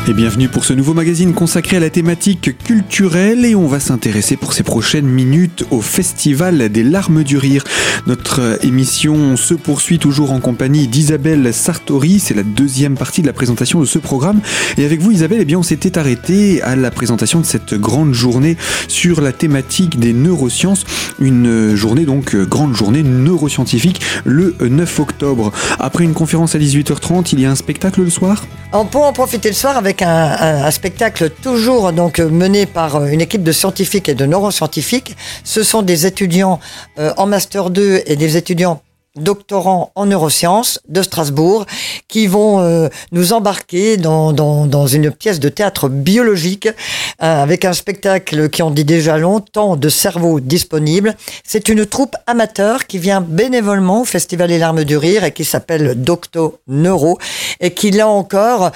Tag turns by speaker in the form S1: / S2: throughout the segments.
S1: Et bienvenue pour ce nouveau magazine consacré à la thématique culturelle et on va s'intéresser pour ces prochaines minutes au Festival des Larmes du Rire. Notre émission se poursuit toujours en compagnie d'Isabelle Sartori, c'est la deuxième partie de la présentation de ce programme. Et avec vous Isabelle, on s'était arrêté à la présentation de cette grande journée sur la thématique des neurosciences, une journée donc grande journée neuroscientifique le 9 octobre. Après une conférence à 18h30, il y a un spectacle le soir ?
S2: On peut en profiter le soir avec un spectacle toujours donc mené par une équipe de scientifiques et de neuroscientifiques. Ce sont des étudiants en Master 2 et des étudiants doctorants en neurosciences de Strasbourg qui vont nous embarquer dans une pièce de théâtre biologique avec un spectacle qui en dit déjà long, tant de cerveaux disponibles. C'est une troupe amateur qui vient bénévolement au Festival des Larmes du Rire et qui s'appelle Docto Neuro et qui là encore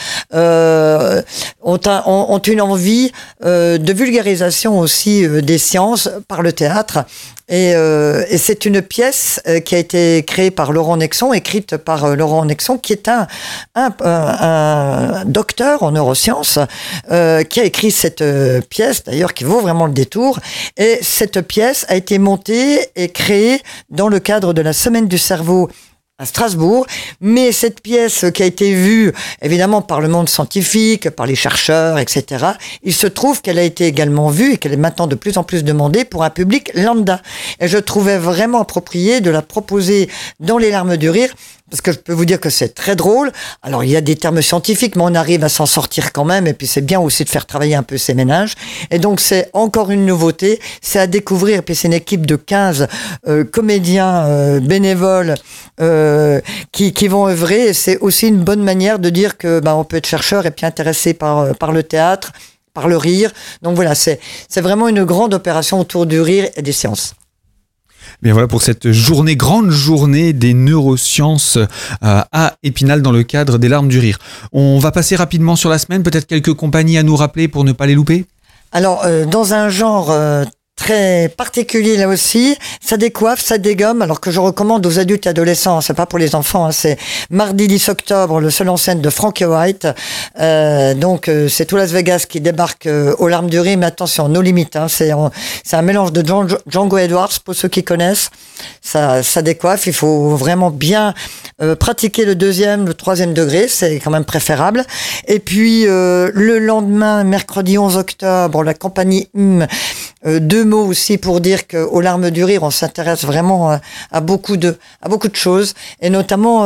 S2: ont une envie de vulgarisation aussi des sciences par le théâtre. Et c'est une pièce qui a été créée par Laurent Nexon, écrite par Laurent Nexon, qui est un docteur en neurosciences, qui a écrit cette pièce, d'ailleurs, qui vaut vraiment le détour. Et cette pièce a été montée et créée dans le cadre de la Semaine du cerveau à Strasbourg, mais cette pièce qui a été vue évidemment par le monde scientifique, par les chercheurs, etc., il se trouve qu'elle a été également vue et qu'elle est maintenant de plus en plus demandée pour un public lambda. Et je trouvais vraiment approprié de la proposer dans les Larmes du Rire, parce que je peux vous dire que c'est très drôle. Alors, il y a des termes scientifiques, mais on arrive à s'en sortir quand même. Et puis, c'est bien aussi de faire travailler un peu ses ménages. Et donc, c'est encore une nouveauté. C'est à découvrir. Et puis, c'est une équipe de 15 comédiens bénévoles qui vont œuvrer. Et c'est aussi une bonne manière de dire que on peut être chercheur et puis intéressé par le théâtre, par le rire. Donc, voilà, c'est vraiment une grande opération autour du rire et des sciences.
S1: Bien voilà pour cette journée, grande journée des neurosciences à Épinal dans le cadre des Larmes du Rire. On va passer rapidement sur la semaine, peut-être quelques compagnies à nous rappeler pour ne pas les louper ? Alors,
S2: dans un genre très particulier là aussi, ça décoiffe, ça dégomme, alors que je recommande aux adultes et adolescents, c'est pas pour les enfants, c'est mardi 10 octobre, le seul en scène de Frankie White, donc c'est tout Las Vegas qui débarque aux Larmes du Rire, mais attention, no limite, c'est un mélange de Django Edwards, pour ceux qui connaissent, ça décoiffe, il faut vraiment bien pratiquer le deuxième, le troisième degré, c'est quand même préférable, et puis le lendemain, mercredi 11 octobre, la compagnie deux mots aussi pour dire qu'aux Larmes du Rire, on s'intéresse vraiment à beaucoup de choses, et notamment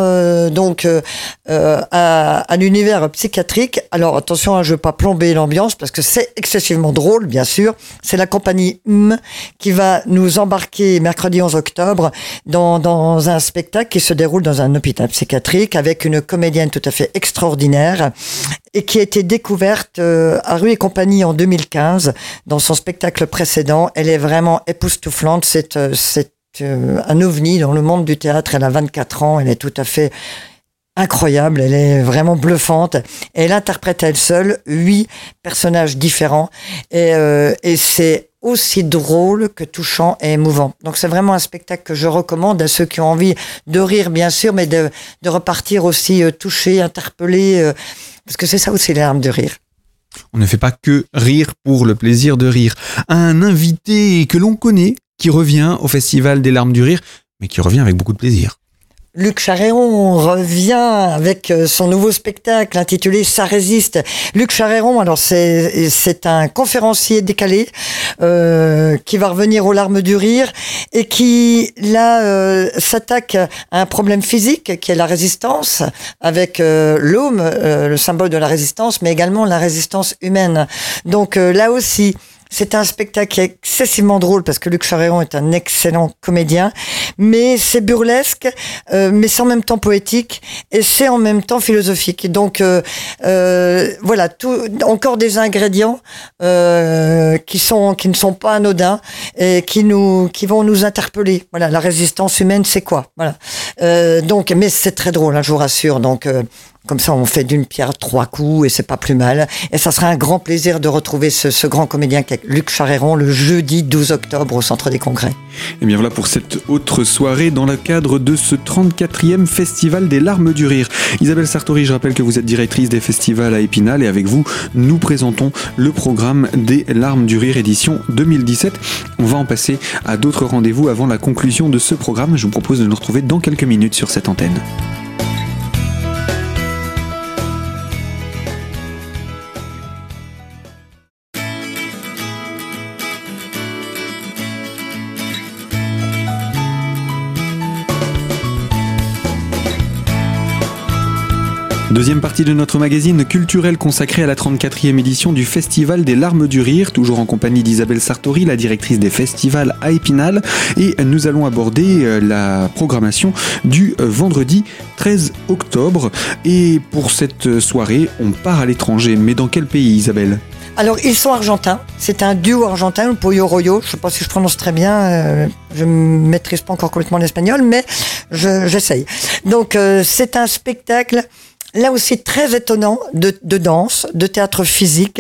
S2: à l'univers psychiatrique. Alors attention, je ne veux pas plomber l'ambiance parce que c'est excessivement drôle, bien sûr. C'est la compagnie qui va nous embarquer mercredi 11 octobre dans un spectacle qui se déroule dans un hôpital psychiatrique avec une comédienne tout à fait extraordinaire et qui a été découverte à Rue et Compagnie en 2015 dans son spectacle précédent. Elle est vraiment époustouflante. C'est un ovni dans le monde du théâtre. Elle a 24 ans. Elle est tout à fait incroyable. Elle est vraiment bluffante. Et elle interprète à elle seule 8 personnages différents. Et c'est aussi drôle que touchant et émouvant. Donc c'est vraiment un spectacle que je recommande à ceux qui ont envie de rire, bien sûr, mais de repartir aussi touchés, interpellés, parce que c'est ça aussi les Larmes de Rire.
S1: On ne fait pas que rire pour le plaisir de rire. Un invité que l'on connaît, qui revient au Festival des Larmes du Rire, mais qui revient avec beaucoup de plaisir.
S2: Luc Charéron revient avec son nouveau spectacle intitulé Ça résiste. Luc Charéron, alors c'est un conférencier décalé qui va revenir aux Larmes du Rire et qui là s'attaque à un problème physique qui est la résistance avec l'homme, le symbole de la résistance, mais également la résistance humaine. Donc là aussi, c'est un spectacle qui est excessivement drôle parce que Luc Charéron est un excellent comédien, mais c'est burlesque, mais c'est en même temps poétique et c'est en même temps philosophique. Donc voilà, encore des ingrédients qui ne sont pas anodins et qui vont nous interpeller. Voilà, la résistance humaine, c'est quoi ? Voilà. Donc, mais c'est très drôle, je vous rassure. Donc Comme ça, on fait d'une pierre 3 coups et c'est pas plus mal. Et ça sera un grand plaisir de retrouver ce grand comédien qu'est Luc Charéron le jeudi 12 octobre au Centre des Congrès.
S1: Et bien voilà pour cette autre soirée dans le cadre de ce 34e Festival des Larmes du Rire. Isabelle Sartori, je rappelle que vous êtes directrice des festivals à Épinal et avec vous, nous présentons le programme des Larmes du Rire édition 2017. On va en passer à d'autres rendez-vous avant la conclusion de ce programme. Je vous propose de nous retrouver dans quelques minutes sur cette antenne. Deuxième partie de notre magazine culturel consacré à la 34e édition du Festival des Larmes du Rire, toujours en compagnie d'Isabelle Sartori, la directrice des festivals à Épinal. Et nous allons aborder la programmation du vendredi 13 octobre. Et pour cette soirée, on part à l'étranger. Mais dans quel pays, Isabelle ?
S2: Alors, ils sont argentins. C'est un duo argentin, le Pollo Royo. Je ne sais pas si je prononce très bien. Je ne maîtrise pas encore complètement l'espagnol, mais j'essaye. Donc, c'est un spectacle... Là aussi très étonnant de danse, de théâtre physique,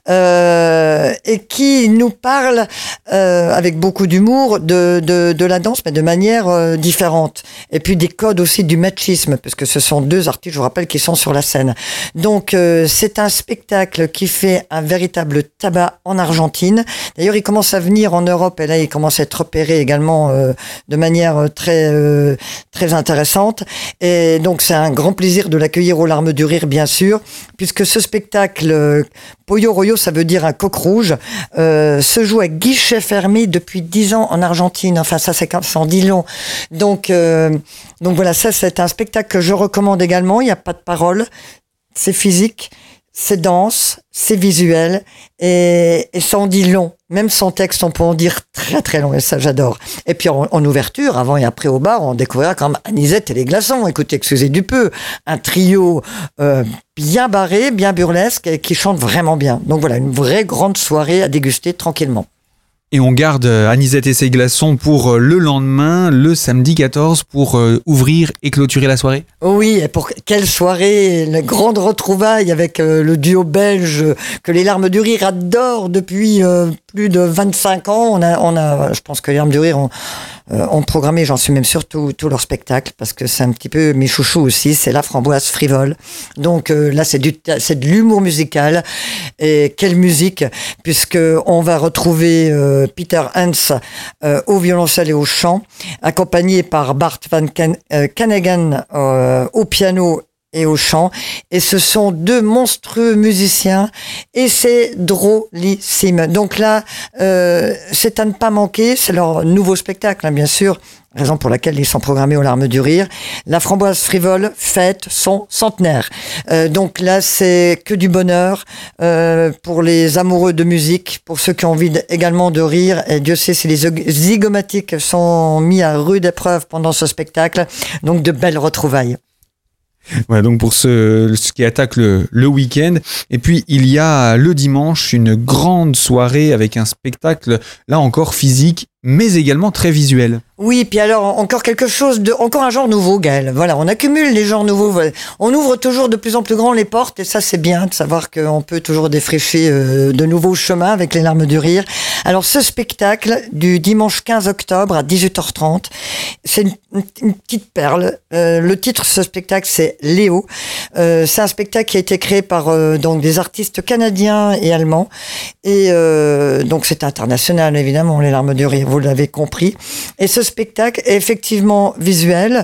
S2: et qui nous parle avec beaucoup d'humour de la danse, mais de manière différente. Et puis des codes aussi du machisme, parce que ce sont deux artistes, je vous rappelle, qui sont sur la scène. Donc c'est un spectacle qui fait un véritable tabac en Argentine. D'ailleurs, il commence à venir en Europe, et là, il commence à être repéré également de manière très intéressante. Et donc, c'est un grand plaisir de l'accueillir aux Larmes du Rire, bien sûr, puisque ce spectacle, Pollo Royo, ça veut dire un coq rouge, se joue à guichet fermé depuis 10 ans en Argentine. Enfin, ça en dit long. Donc voilà, ça, c'est un spectacle que je recommande également. Il n'y a pas de parole, c'est physique, c'est dense, c'est visuel, et ça en dit long. Même sans texte, on peut en dire très très long, et ça j'adore. Et puis en ouverture, avant et après au bar, on découvrira quand même Anisette et les Glaçons. Écoutez, excusez du peu, un trio bien barré, bien burlesque, et qui chante vraiment bien. Donc voilà, une vraie grande soirée à déguster tranquillement.
S1: Et on garde Anisette et ses glaçons pour le lendemain, le samedi 14, pour ouvrir et clôturer la soirée.
S2: Oui, et pour quelle soirée, la grande retrouvaille avec le duo belge que les Larmes du Rire adorent depuis plus de 25 ans. On a, je pense que les Larmes du Rire ont programmé, j'en suis même sûr, tout leur spectacle, parce que c'est un petit peu mes chouchous aussi, c'est la Framboise frivole. Donc là, c'est de l'humour musical. Et quelle musique, puisque on va retrouver Peter Hans au violoncelle et au chant, accompagné par Bart van Kanagan au piano et au chant, et ce sont deux monstrueux musiciens, et c'est drôlissime. Donc là, c'est à ne pas manquer, c'est leur nouveau spectacle, hein, bien sûr, raison pour laquelle ils sont programmés aux Larmes du Rire. La Framboise frivole fête son centenaire. Donc là, c'est que du bonheur pour les amoureux de musique, pour ceux qui ont envie également de rire, et Dieu sait si les zygomatiques sont mis à rude épreuve pendant ce spectacle, donc de belles retrouvailles.
S1: Voilà, donc pour ce qui attaque le week-end. Et puis il y a le dimanche une grande soirée avec un spectacle, là encore physique, mais également très visuel.
S2: Oui, puis alors encore quelque chose encore un genre nouveau, Gaël. Voilà, on accumule les genres nouveaux. On ouvre toujours de plus en plus grand les portes, et ça c'est bien de savoir qu'on peut toujours défricher de nouveaux chemins avec les Larmes du Rire. Alors ce spectacle du dimanche 15 octobre à 18h30, c'est une petite perle. Le titre de ce spectacle, c'est Léo. C'est un spectacle qui a été créé par donc des artistes canadiens et allemands, et donc c'est international évidemment, les Larmes du Rire, vous l'avez compris. Et ce spectacle est effectivement visuel,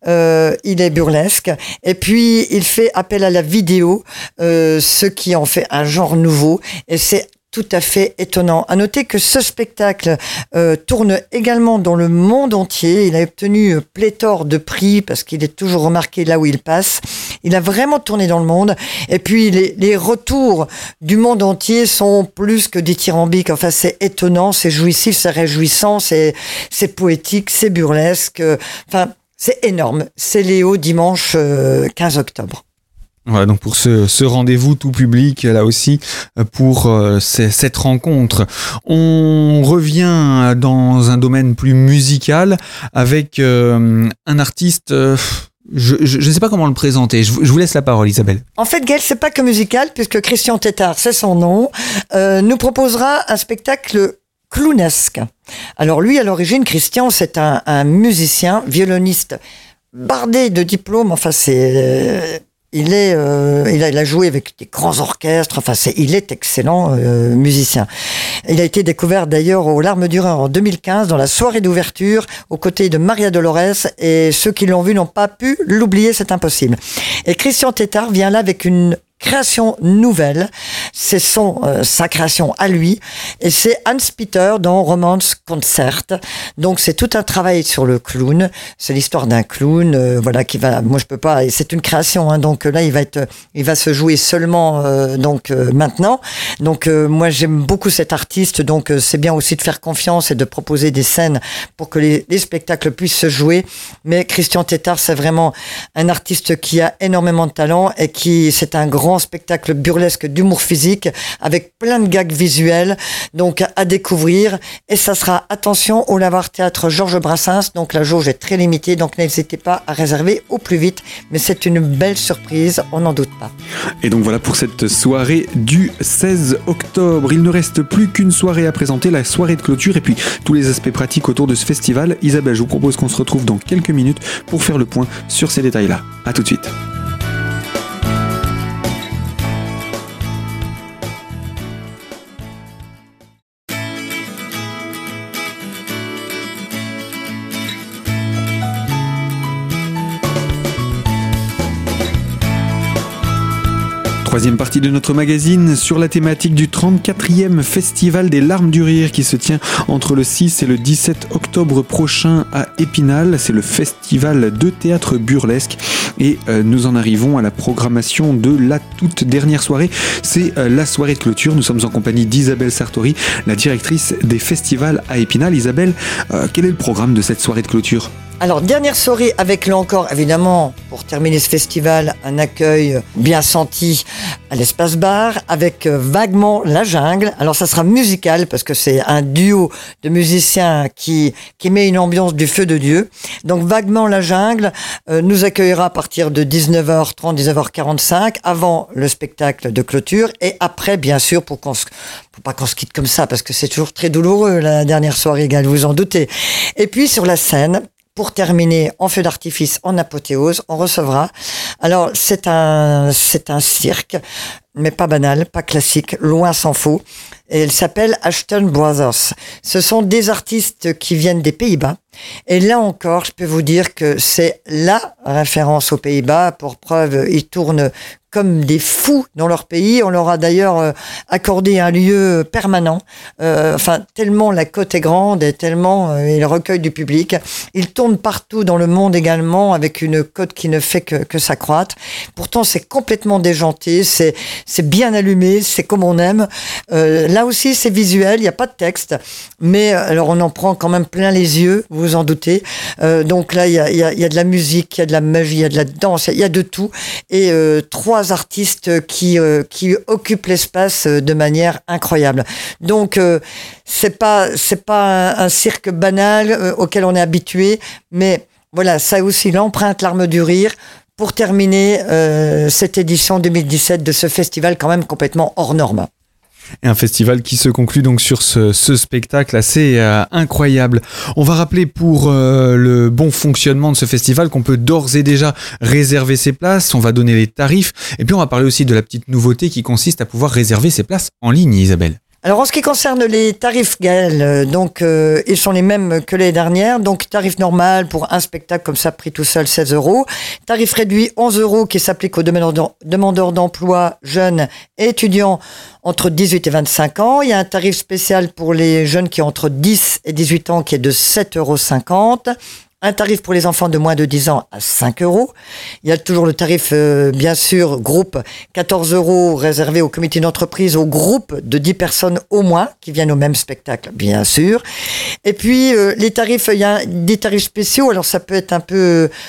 S2: il est burlesque, et puis il fait appel à la vidéo, ce qui en fait un genre nouveau, et c'est tout à fait étonnant. À noter que ce spectacle tourne également dans le monde entier. Il a obtenu pléthore de prix parce qu'il est toujours remarqué là où il passe. Il a vraiment tourné dans le monde. Et puis les retours du monde entier sont plus que dithyrambiques. Enfin, c'est étonnant, c'est jouissif, c'est réjouissant, c'est poétique, c'est burlesque. Enfin, c'est énorme. C'est Léo, dimanche 15 octobre.
S1: Voilà, donc pour ce rendez-vous tout public, là aussi, pour cette rencontre. On revient dans un domaine plus musical avec un artiste
S3: Je ne sais pas comment le présenter. Je vous laisse la parole, Isabelle.
S2: En fait, Gaël, c'est pas que musical, puisque Christian Tétart, c'est son nom, nous proposera un spectacle clownesque. Alors lui, à l'origine, Christian, c'est un musicien, violoniste, bardé de diplômes. Enfin, il a joué avec des grands orchestres. Enfin, il est excellent musicien. Il a été découvert d'ailleurs aux Larmes du Rhin en 2015 dans la soirée d'ouverture aux côtés de Maria Dolores, et ceux qui l'ont vu n'ont pas pu l'oublier, c'est impossible. Et Christian Tétart vient là avec une création nouvelle, c'est sa création à lui, et c'est Hans Peter dans Romance Concert. Donc c'est tout un travail sur le clown, c'est l'histoire d'un clown, voilà, qui va, moi je peux pas, et c'est une création, hein, donc là il va se jouer seulement maintenant. Donc moi j'aime beaucoup cet artiste, donc c'est bien aussi de faire confiance et de proposer des scènes pour que les spectacles puissent se jouer. Mais Christian Tétart, c'est vraiment un artiste qui a énormément de talent et c'est un grand spectacle burlesque d'humour physique avec plein de gags visuels, donc à découvrir. Et ça sera, attention, au Lavoir Théâtre Georges Brassens, donc la jauge est très limitée, donc n'hésitez pas à réserver au plus vite, mais c'est une belle surprise, on n'en doute pas.
S1: Et donc voilà pour cette soirée du 16 octobre. Il ne reste plus qu'une soirée à présenter, la soirée de clôture, et puis tous les aspects pratiques autour de ce festival. Isabelle, je vous propose qu'on se retrouve dans quelques minutes pour faire le point sur ces détails-là. À tout de suite. Troisième partie de notre magazine sur la thématique du 34e Festival des Larmes du Rire qui se tient entre le 6 et le 17 octobre prochain à Épinal. C'est le festival de théâtre burlesque et nous en arrivons à la programmation de la toute dernière soirée. C'est la soirée de clôture. Nous sommes en compagnie d'Isabelle Sartori, la directrice des festivals à Épinal. Isabelle, quel est le programme de cette soirée de clôture ?
S2: Alors, dernière soirée avec, là encore, évidemment, pour terminer ce festival, un accueil bien senti à l'Espace Bar avec vaguement La Jungle. Alors, ça sera musical parce que c'est un duo de musiciens qui met une ambiance du feu de Dieu. Donc, vaguement La Jungle nous accueillera à partir de 19h30, 19h45 avant le spectacle de clôture et après, bien sûr, pour pas qu'on se quitte comme ça parce que c'est toujours très douloureux la dernière soirée, Gaël, vous en doutez. Et puis, sur la scène, pour terminer en feu d'artifice, en apothéose, on recevra. Alors, c'est un cirque, mais pas banal, pas classique, loin s'en faut. Et il s'appelle Ashton Brothers. Ce sont des artistes qui viennent des Pays-Bas. Et là encore, je peux vous dire que c'est la référence aux Pays-Bas. Pour preuve, ils tournent comme des fous dans leur pays. On leur a d'ailleurs accordé un lieu permanent. Tellement la côte est grande et tellement ils recueillent du public. Ils tournent partout dans le monde également avec une côte qui ne fait que s'accroître. Pourtant, c'est complètement déjanté, c'est bien allumé, c'est comme on aime. Là aussi, c'est visuel, il n'y a pas de texte. Mais alors, on en prend quand même plein les yeux, vous en doutez. Donc là, il y a de la musique, il y a de la magie, il y a de la danse, il y a de tout. Et 3 artistes qui occupent l'espace de manière incroyable. Donc c'est pas un cirque banal auquel on est habitué, mais voilà, ça a aussi l'empreinte Larmes du Rire pour terminer cette édition 2017 de ce festival quand même complètement hors norme.
S1: Et un festival qui se conclut donc sur ce spectacle assez incroyable. On va rappeler pour le bon fonctionnement de ce festival qu'on peut d'ores et déjà réserver ses places, on va donner les tarifs, et puis on va parler aussi de la petite nouveauté qui consiste à pouvoir réserver ses places en ligne, Isabelle.
S2: Alors, en ce qui concerne les tarifs, Gaël, ils sont les mêmes que l'année dernière. Donc, tarif normal pour un spectacle comme ça, prix tout seul, 16 €. Tarif réduit, 11 € qui s'applique aux demandeurs d'emploi jeunes et étudiants entre 18 et 25 ans. Il y a un tarif spécial pour les jeunes qui ont entre 10 et 18 ans qui est de 7,50 €. Un tarif pour les enfants de moins de 10 ans à 5 €. Il y a toujours le tarif, bien sûr, groupe, 14 € réservé au comité d'entreprise, au groupe de 10 personnes au moins qui viennent au même spectacle, bien sûr. Et puis, les tarifs, il y a des tarifs spéciaux. Alors, ça peut être un peu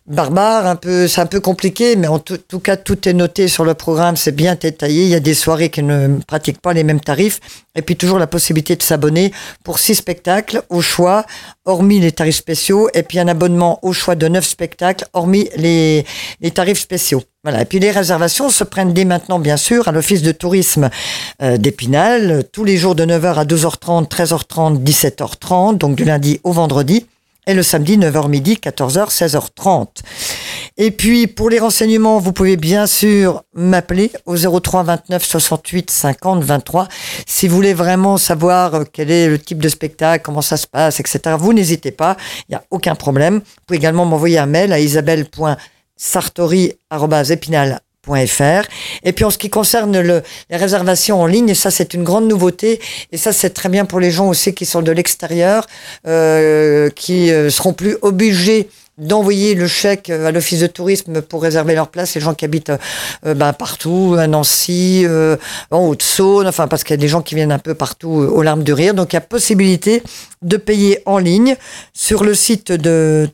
S2: barbare, c'est un peu compliqué, mais en tout cas, tout est noté sur le programme, c'est bien détaillé. Il y a des soirées qui ne pratiquent pas les mêmes tarifs. Et puis toujours la possibilité de s'abonner pour 6 spectacles au choix, hormis les tarifs spéciaux. Et puis un abonnement au choix de 9 spectacles, hormis les tarifs spéciaux. Voilà. Et puis les réservations se prennent dès maintenant, bien sûr, à l'Office de tourisme d'Épinal, tous les jours de 9h à 12h30, 13h30, 17h30, donc du lundi au vendredi. Et le samedi, 9h midi, 14h, 16h30. Et puis, pour les renseignements, vous pouvez bien sûr m'appeler au 03 29 68 50 23. Si vous voulez vraiment savoir quel est le type de spectacle, comment ça se passe, etc., vous n'hésitez pas, il n'y a aucun problème. Vous pouvez également m'envoyer un mail à isabelle.sartori@epinal.fr. Et puis en ce qui concerne les réservations en ligne, et ça c'est une grande nouveauté, et ça c'est très bien pour les gens aussi qui sont de l'extérieur, qui seront plus obligés d'envoyer le chèque à l'office de tourisme pour réserver leur place, les gens qui habitent partout, à Nancy, en Haute-Saône, enfin parce qu'il y a des gens qui viennent un peu partout aux larmes de rire. Donc il y a possibilité de payer en ligne sur le site de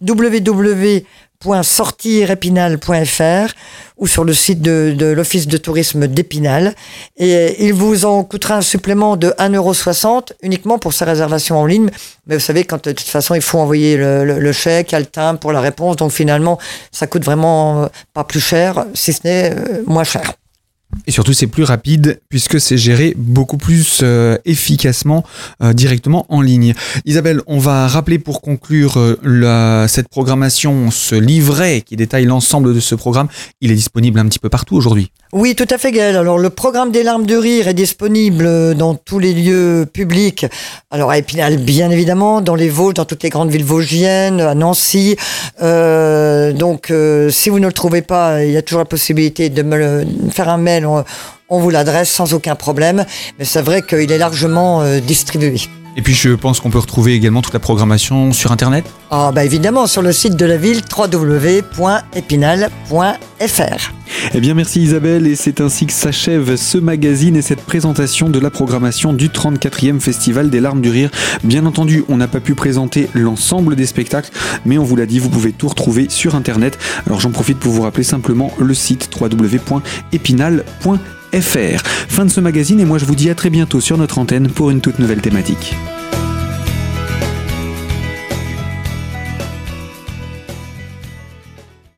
S2: www.sortirepinal.fr ou sur le site de l'Office de tourisme d'Épinal. Et il vous en coûtera un supplément de 1,60 € uniquement pour sa réservation en ligne. Mais vous savez, quand de toute façon, il faut envoyer le chèque, il y a le timbre pour la réponse. Donc finalement, ça coûte vraiment pas plus cher, si ce n'est moins cher.
S3: Et surtout, c'est plus rapide puisque c'est géré beaucoup plus efficacement directement en ligne. Isabelle, on va rappeler pour conclure cette programmation, ce livret qui détaille l'ensemble de ce programme. Il est disponible un petit peu partout aujourd'hui.
S2: Oui, tout à fait, Gaël. Alors, le programme des larmes de rire est disponible dans tous les lieux publics. Alors, à Épinal, bien évidemment, dans les Vosges, dans toutes les grandes villes vosgiennes, à Nancy. Donc, si vous ne le trouvez pas, il y a toujours la possibilité de me faire un mail. On vous l'adresse sans aucun problème. Mais c'est vrai qu'il est largement distribué.
S3: Et puis je pense qu'on peut retrouver également toute la programmation sur Internet.
S2: Ah bah évidemment, sur le site de la ville, www.epinal.fr.
S1: Eh bien merci Isabelle, et c'est ainsi que s'achève ce magazine et cette présentation de la programmation du 34e Festival des Larmes du Rire. Bien entendu, on n'a pas pu présenter l'ensemble des spectacles, mais on vous l'a dit, vous pouvez tout retrouver sur Internet. Alors j'en profite pour vous rappeler simplement le site www.epinal.fr. Fin de ce magazine, et moi je vous dis à très bientôt sur notre antenne pour une toute nouvelle thématique.